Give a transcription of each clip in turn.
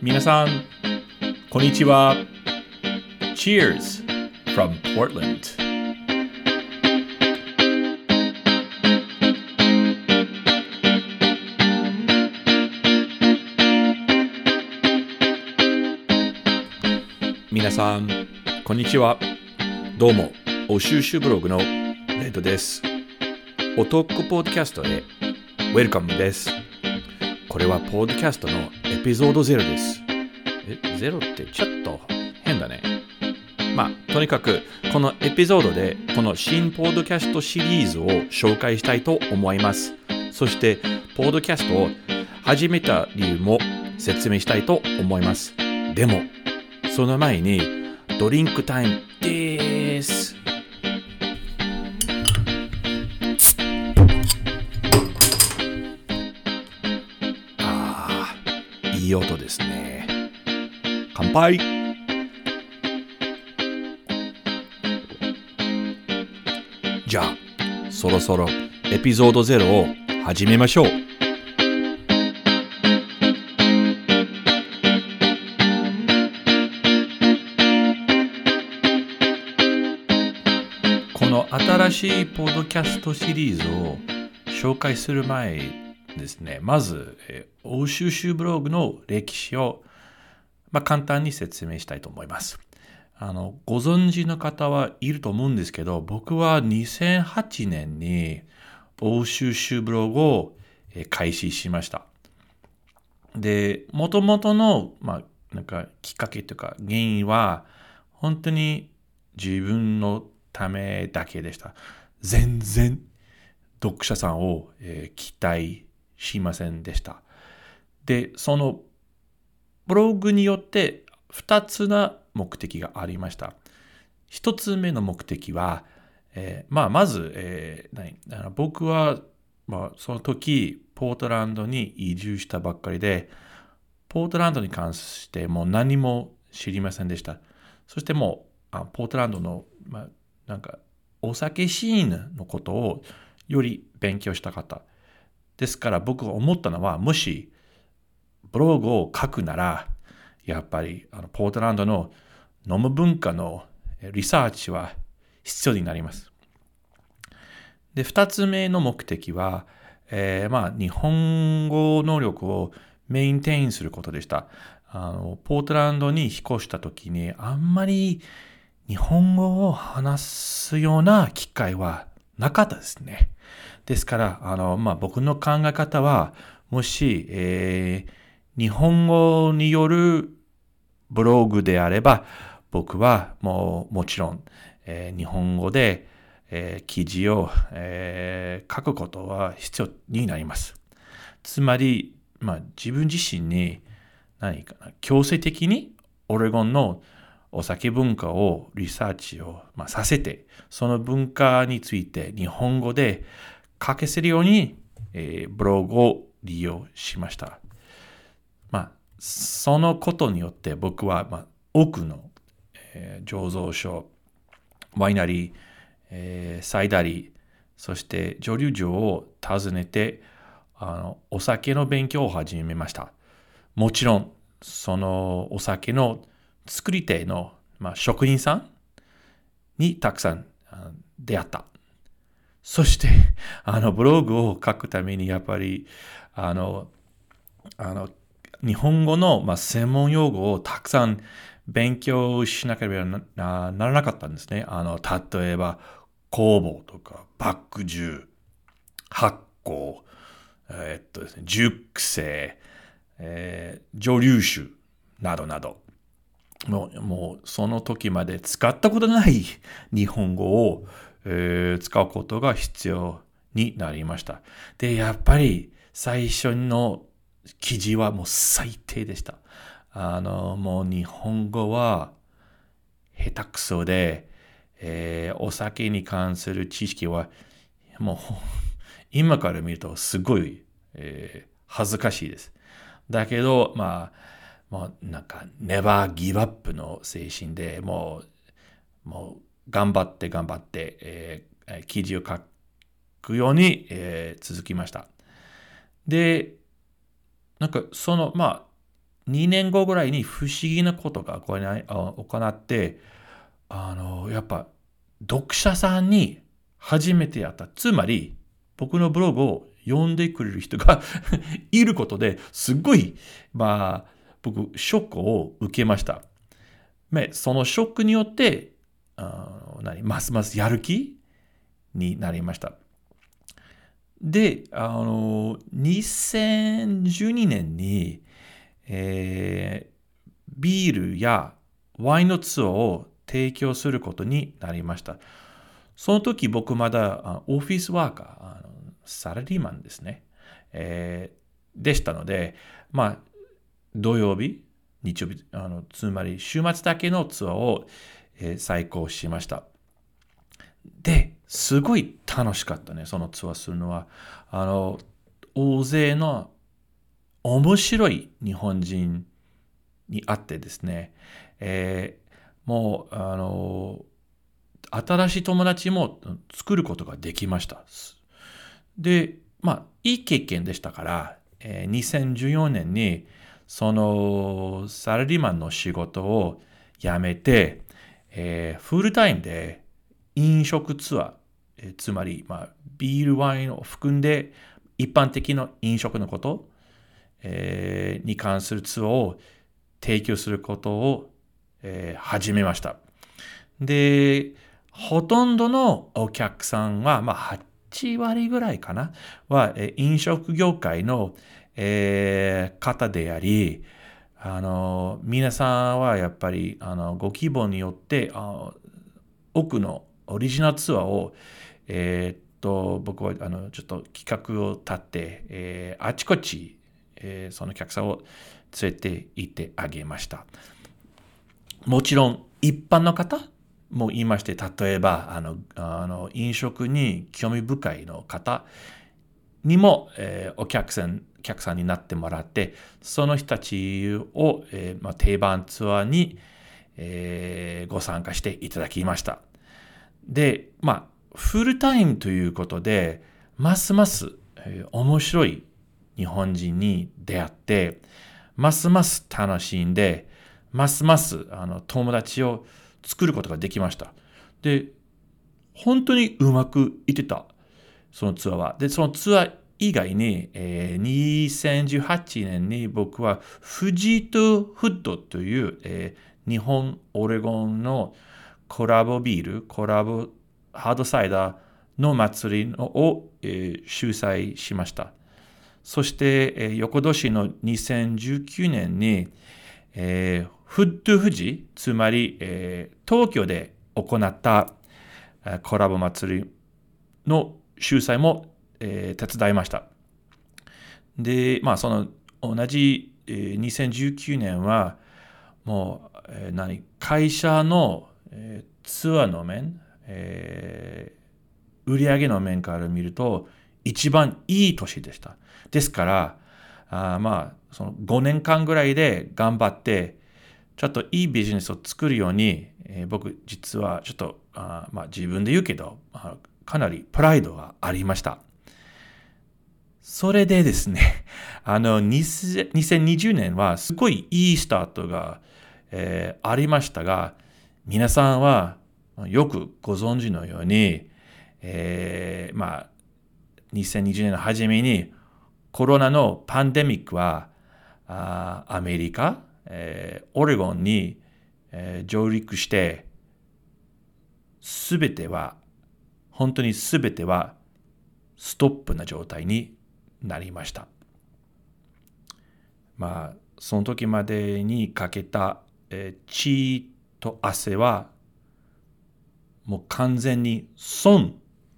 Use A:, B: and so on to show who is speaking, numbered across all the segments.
A: 皆さん、こんにちは。Cheers from Portland. 皆さん、こんにちは。どうも、お収集ブログのレッドです。おトークポッドキャストへウェルカムです。これはポッドキャストのエピソード0です。0ってちょっと変だね。とにかくこのエピソードでこの新ポッドキャストシリーズを紹介したいと思います。そしてポッドキャストを始めた理由も説明したいと思います。でもその前にドリンクタイムです。いい音ですね。乾杯。じゃあそろそろエピソード0を始めましょう。この新しいポッドキャストシリーズを紹介する前ですね、まず欧収集ブログの歴史を簡単に説明したいと思います。ご存知の方はいると思うんですけど、僕は2008年に欧収集ブログを開始しました。で、もともとの、きっかけというか原因は本当に自分のためだけでした。全然読者さんを期待しませんでした。で、そのブログによって2つの目的がありました。1つ目の目的は、まず、僕は、その時ポートランドに移住したばっかりで、ポートランドに関してもう何も知りませんでした。そしてもうポートランドの、お酒シーンのことをより勉強したかった。ですから僕が思ったのは、もしブログを書くなら、やっぱりポートランドの飲む文化のリサーチは必要になります。で、2つ目の目的は、日本語能力をメインテインすることでした。ポートランドに引っ越した時にあんまり日本語を話すような機会はなかったですね。ですから、僕の考え方は、もし、日本語によるブログであれば、僕はもちろん、日本語で、記事を、書くことは必要になります。つまり、自分自身に強制的にオレゴンのお酒文化をリサーチを、させて、その文化について日本語で書けせるように、ブログを利用しました。そのことによって僕は、多くの、醸造所、ワイナリー、サイダリー、そして蒸留所を訪ねてお酒の勉強を始めました。もちろんそのお酒の作り手の、職人さんにたくさん出会った。そしてブログを書くためにやっぱり日本語の、専門用語をたくさん勉強しなければならなかったんですね。例えば酵母とか麦汁、発酵、熟成、蒸留酒などなど、もうその時まで使ったことない日本語を、使うことが必要になりました。で、やっぱり最初の記事はもう最低でした。もう日本語は下手くそで、お酒に関する知識はもう今から見るとすごい、恥ずかしいです。だけどネバーギブアップの精神でもう頑張って、記事を書くように、続きました。で、その 2年後ぐらいに不思議なことが行って、やっぱ読者さんに初めてやった。つまり、僕のブログを読んでくれる人がいることですごい、僕、ショックを受けました。そのショックによって、ますますやる気になりました。で、2012年に、ビールやワインのツアーを提供することになりました。その時僕まだオフィスワーカー、サラリーマンですね、でしたので、土曜日、日曜日、つまり週末だけのツアーを、再考しました。で、すごい楽しかったね、そのツアーするのは。大勢の面白い日本人に会ってですね、もう、新しい友達も作ることができました。で、いい経験でしたから、2014年に、そのサラリーマンの仕事を辞めて、フルタイムで飲食ツアー、つまり、ビールワインを含んで一般的な飲食のこと、に関するツアーを提供することを、始めました。で、ほとんどのお客さんは、8割ぐらいかな、は、飲食業界の、方であり、皆さんはやっぱり、ご希望によって、多くのオリジナルツアーを、僕はちょっと企画を立って、あちこち、そのお客さんを連れて行ってあげました。もちろん一般の方も言いまして、例えば飲食に興味深いの方にも、お客さんになってもらって、その人たちを、定番ツアーに、ご参加していただきました。で、フルタイムということで、ますます、面白い日本人に出会って、ますます楽しんで、ますます友達を作ることができました。で、本当にうまくいってた、そのツアーは。で、そのツアー以外に、2018年に僕はフジトフッドという、日本オレゴンのコラボビール、コラボハードサイダーの祭りを、主催しました。そして、翌年の2019年に、フッドフジ、つまり、東京で行ったコラボ祭りの主催も、手伝いました。で、その同じ、2019年はもう、会社の、ツアーの面、売上の面から見ると一番いい年でした。ですから、その5年間ぐらいで頑張って、ちょっといいビジネスを作るように、僕実はちょっと、自分で言うけど、かなりプライドがありました。それでですね、2020年はすごいいいスタートが、ありましたが、皆さんはよくご存知のように、2020年の初めにコロナのパンデミックはアメリカ、オレゴンに、上陸して、本当にすべてはストップな状態になりました。その時までにかけた、血と汗はもう完全に損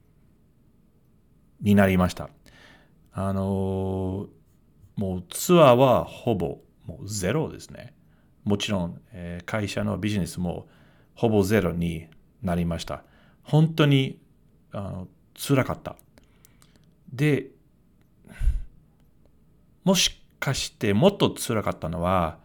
A: になりました。もうツアーはほぼもうゼロですね。もちろん、会社のビジネスもほぼゼロになりました。本当に辛かった。で、もしかしてもっと辛かったのは、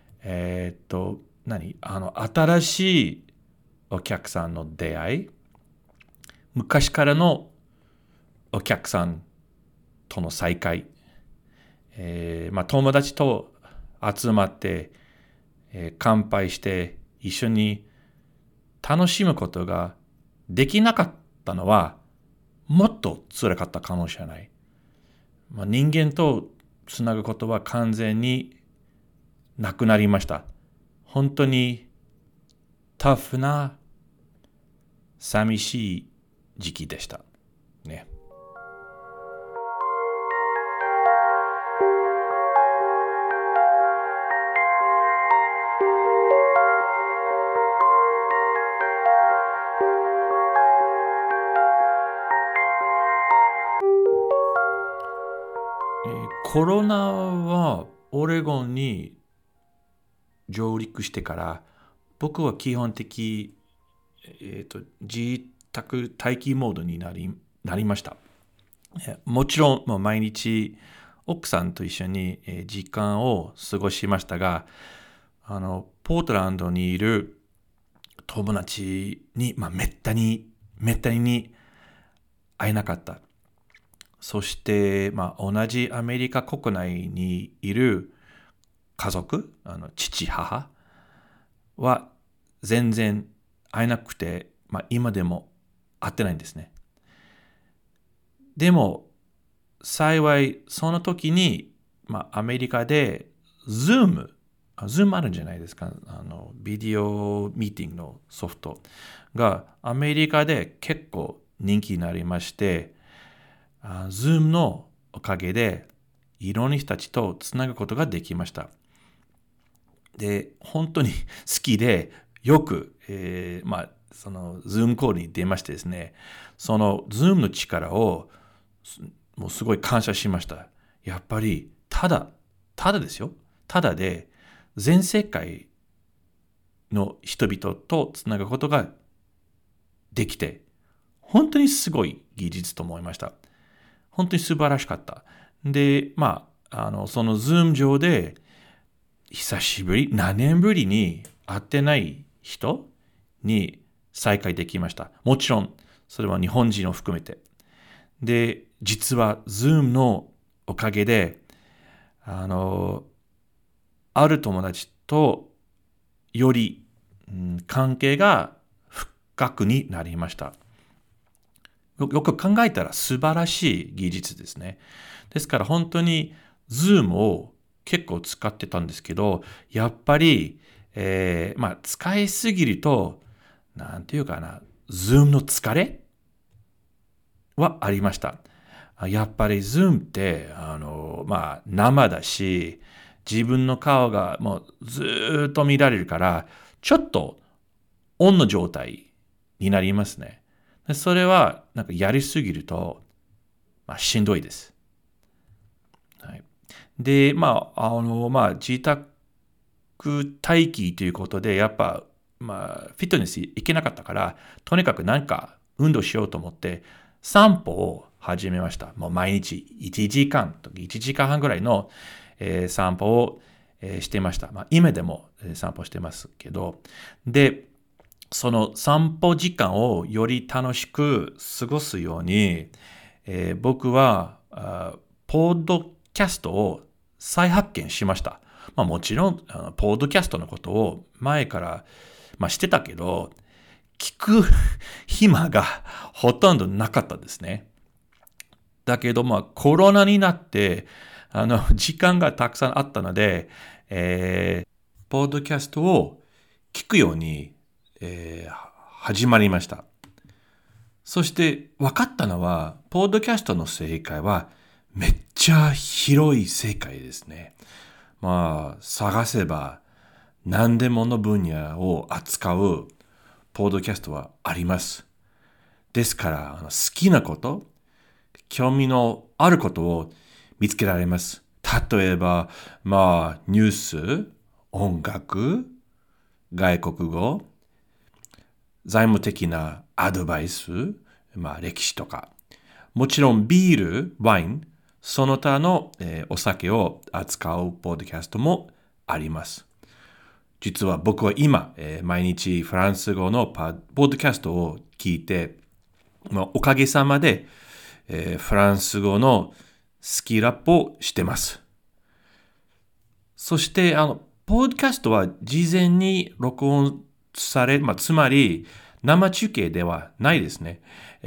A: 新しいお客さんの出会い、昔からのお客さんとの再会、友達と集まって、乾杯して一緒に楽しむことができなかったのはもっと辛かったかもしれない。人間とつなぐことは完全になくなりました。本当にタフな寂しい時期でした。ね。コロナはオレゴンに上陸してから僕は基本的、自宅待機モードになりました。もちろんもう毎日奥さんと一緒に時間を過ごしましたが、ポートランドにいる友達に、めったに会えなかった。そして、同じアメリカ国内にいる家族、父、母は全然会えなくて、今でも会ってないんですね。でも、幸い、その時に、アメリカで Zoom あるんじゃないですか。ビデオミーティングのソフトがアメリカで結構人気になりまして、Zoom のおかげでいろんな人たちとつなぐことができました。で、本当に好きで、よく、その Zoom コールに出ましてですね、その Zoom の力をもうすごい感謝しました。やっぱり、ただですよ。ただで、全世界の人々とつなぐことができて、本当にすごい技術と思いました。本当に素晴らしかった。で、その Zoom 上で、久しぶり、何年ぶりに会ってない人に再会できました。もちろん、それは日本人を含めて。で、実は Zoom のおかげで、ある友達とより、関係が深くになりました。よく考えたら素晴らしい技術ですね。ですから本当に Zoom を結構使ってたんですけど、やっぱり、使いすぎると、なんていうかな、Zoom の疲れはありました。やっぱり Zoom って、生だし、自分の顔がもうずーっと見られるから、ちょっとオンの状態になりますね。それは、なんかやりすぎると、しんどいです。はい、で、自宅待機ということで、やっぱ、フィットネス行けなかったから、とにかくなんか運動しようと思って、散歩を始めました。もう毎日1時間とか1時間半ぐらいの、散歩を、してました。今でも、散歩してますけど。で、その散歩時間をより楽しく過ごすように、僕はポッドキャストを再発見しました。もちろん、ポッドキャストのことを前から、してたけど、聞く暇がほとんどなかったですね。だけど、コロナになって、時間がたくさんあったので、ポッドキャストを聞くように、始まりました。そして分かったのは、ポッドキャストの正解はめっちゃ広い世界ですね。探せば何でもの分野を扱うポッドキャストはあります。ですから、好きなこと、興味のあることを見つけられます。例えば、ニュース、音楽、外国語、財務的なアドバイス、歴史とか。もちろんビール、ワイン、その他の、お酒を扱うポッドキャストもあります。実は僕は今、毎日フランス語のポッドキャストを聞いて、おかげさまで、フランス語のスキルアップをしてます。 そして、ポッドキャストは事前に録音され、つまり生中継ではないですね。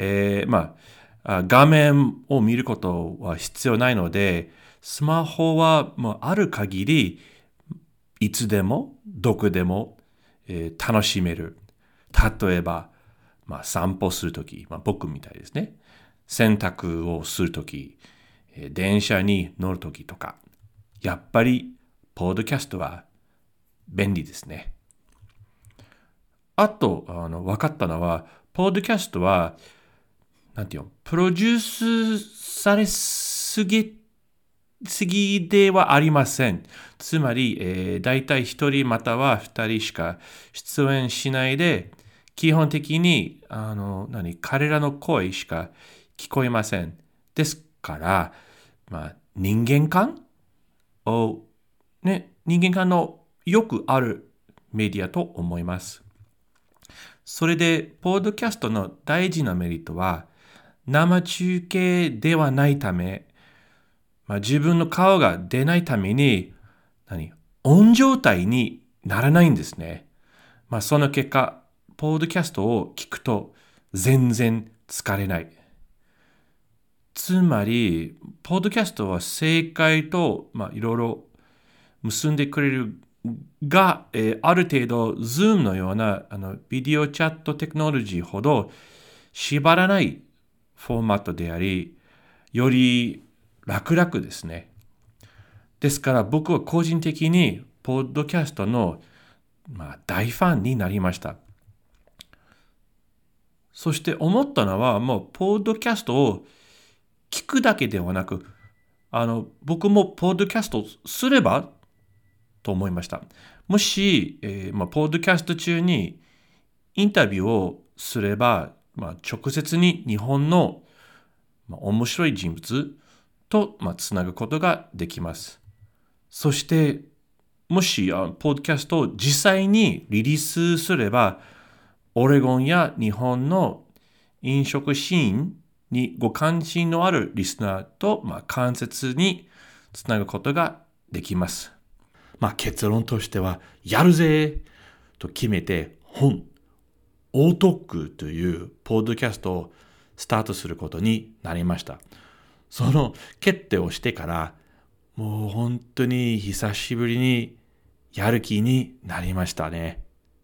A: 画面を見ることは必要ないので、スマホはもうある限り、いつでも、どこでも、楽しめる。例えば、散歩するとき、僕みたいですね。洗濯をするとき、電車に乗るときとか、やっぱり、ポッドキャストは便利ですね。あと、分かったのは、ポッドキャストは、プロデュースされすぎではありません。つまり、だいたい一人または二人しか出演しないで、基本的に、彼らの声しか聞こえません。ですから、人間観のよくあるメディアと思います。それで、ポッドキャストの大事なメリットは、生中継ではないため、自分の顔が出ないために、オン状態にならないんですね。その結果、ポッドキャストを聞くと全然疲れない。つまり、ポッドキャストは正解と、いろいろ結んでくれるが、ある程度、Zoom のようなビデオチャットテクノロジーほど縛らないフォーマットであり、より楽々ですね。ですから僕は個人的にポッドキャストの、大ファンになりました。そして思ったのはもうポッドキャストを聞くだけではなく、僕もポッドキャストすればと思いました。もし、ポッドキャスト中にインタビューをすれば、直接に日本の、面白い人物と、つなぐことができます。そして、もし、ポッドキャストを実際にリリースすれば、オレゴンや日本の飲食シーンにご関心のあるリスナーと、間接につなぐことができます。結論としては、やるぜと決めて、オートックというポッドキャストをスタートすることになりました。その決定をしてから、もう本当に久しぶりにやる気になりましたね。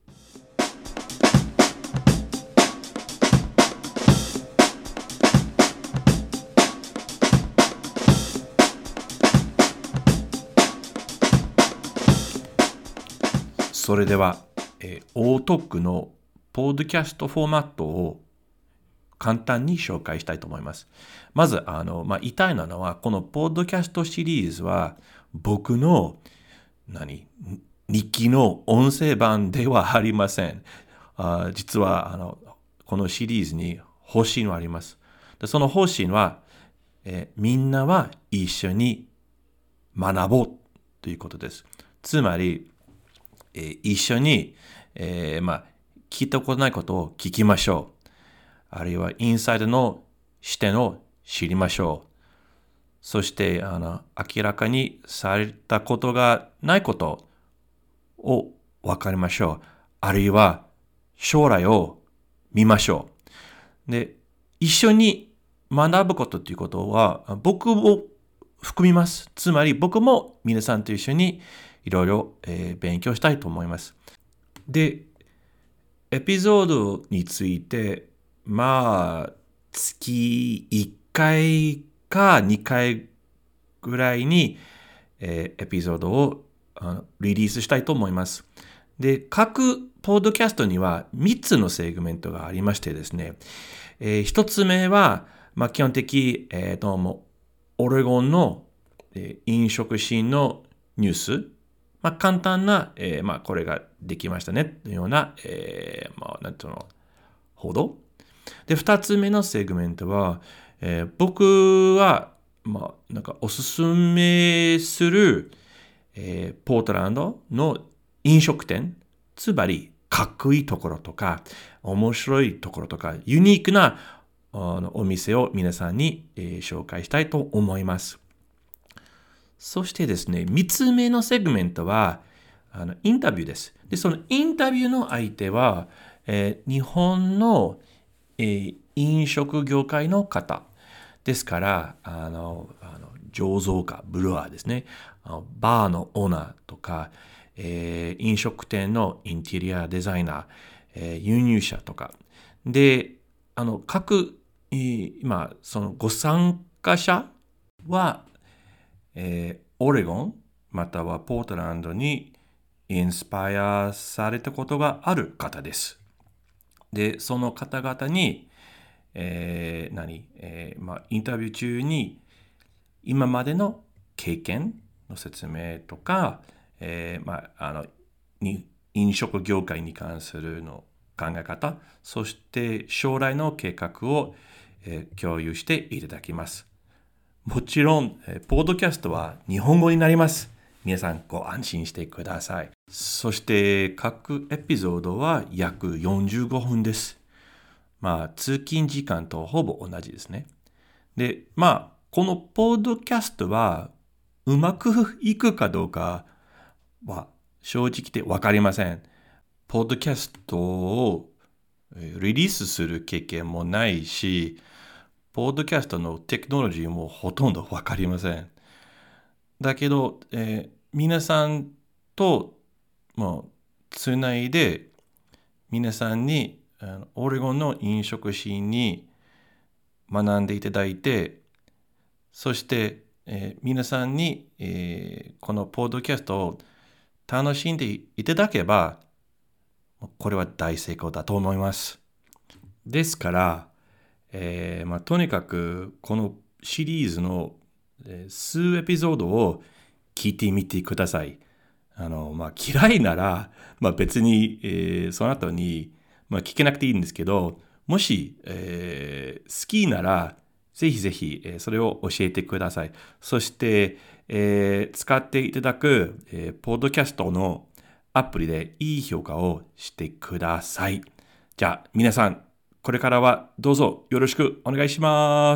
A: それでは、オートックのポッドキャストフォーマットを簡単に紹介したいと思います。まず、言いたいのは、このポッドキャストシリーズは、僕の、日記の音声版ではありません。実は、このシリーズに方針はあります。でその方針は、みんなは一緒に学ぼうということです。つまり、一緒に、聞いたことないことを聞きましょう。あるいはインサイドの視点を知りましょう。そして明らかにされたことがないことを分かりましょう。あるいは将来を見ましょう。で、一緒に学ぶことということは僕を含みます。つまり僕も皆さんと一緒にいろいろ勉強したいと思います。で、エピソードについて月1回か2回ぐらいに、エピソードをリリースしたいと思います。で、各ポッドキャストには3つのセグメントがありましてですね、1つ目は、基本的、オレゴンの、飲食シーンのニュース、簡単な、これができましたねというような、報道。で、2つ目のセグメントは、僕は、おすすめする、ポートランドの飲食店、つまり、かっこいいところとか、面白いところとか、ユニークなお店を皆さんに、紹介したいと思います。 そしてですね、3つ目のセグメントは、インタビューです。で、そのインタビューの相手は、日本の、飲食業界の方ですから、醸造家、ブルワーですね、バーのオーナーとか、飲食店のインテリアデザイナー、輸入者とか。で、各、今、そのご参加者は、オレゴンまたはポートランドにインスパイアされたことがある方です。で、その方々に、インタビュー中に今までの経験の説明とか、飲食業界に関するの考え方、そして将来の計画を、共有していただきます。もちろん、ポッドキャストは日本語になります。皆さんご安心してください。そして各エピソードは約45分です。通勤時間とほぼ同じですね。で、このポッドキャストはうまくいくかどうかは正直言ってわかりません。ポッドキャストをリリースする経験もないし、ポッドキャストのテクノロジーもほとんどわかりません。だけど、皆さんとつないで、皆さんにオレゴンの飲食シーンに学んでいただいて、そして、皆さんに、このポッドキャストを楽しんでいただけば、これは大成功だと思います。ですから、とにかくこのシリーズの数エピソードを聞いてみてください。嫌いなら、別に、その後に、聞けなくていいんですけど、もし、好きなら、ぜひぜひ、それを教えてください。そして、使っていただく、ポッドキャストのアプリでいい評価をしてください。じゃあ、皆さん、これからはどうぞよろしくお願いします。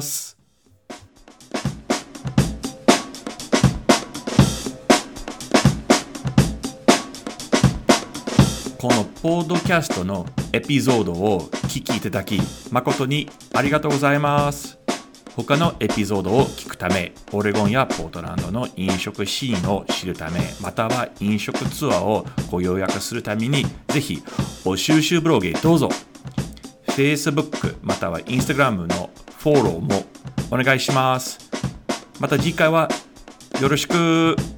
A: このポッドキャストのエピソードを聞きいただき誠にありがとうございます。他のエピソードを聞くため、オレゴンやポートランドの飲食シーンを知るため、または飲食ツアーをご予約するために、ぜひお収集ブログへどうぞ。Facebook または Instagram のフォローもお願いします。また次回はよろしく。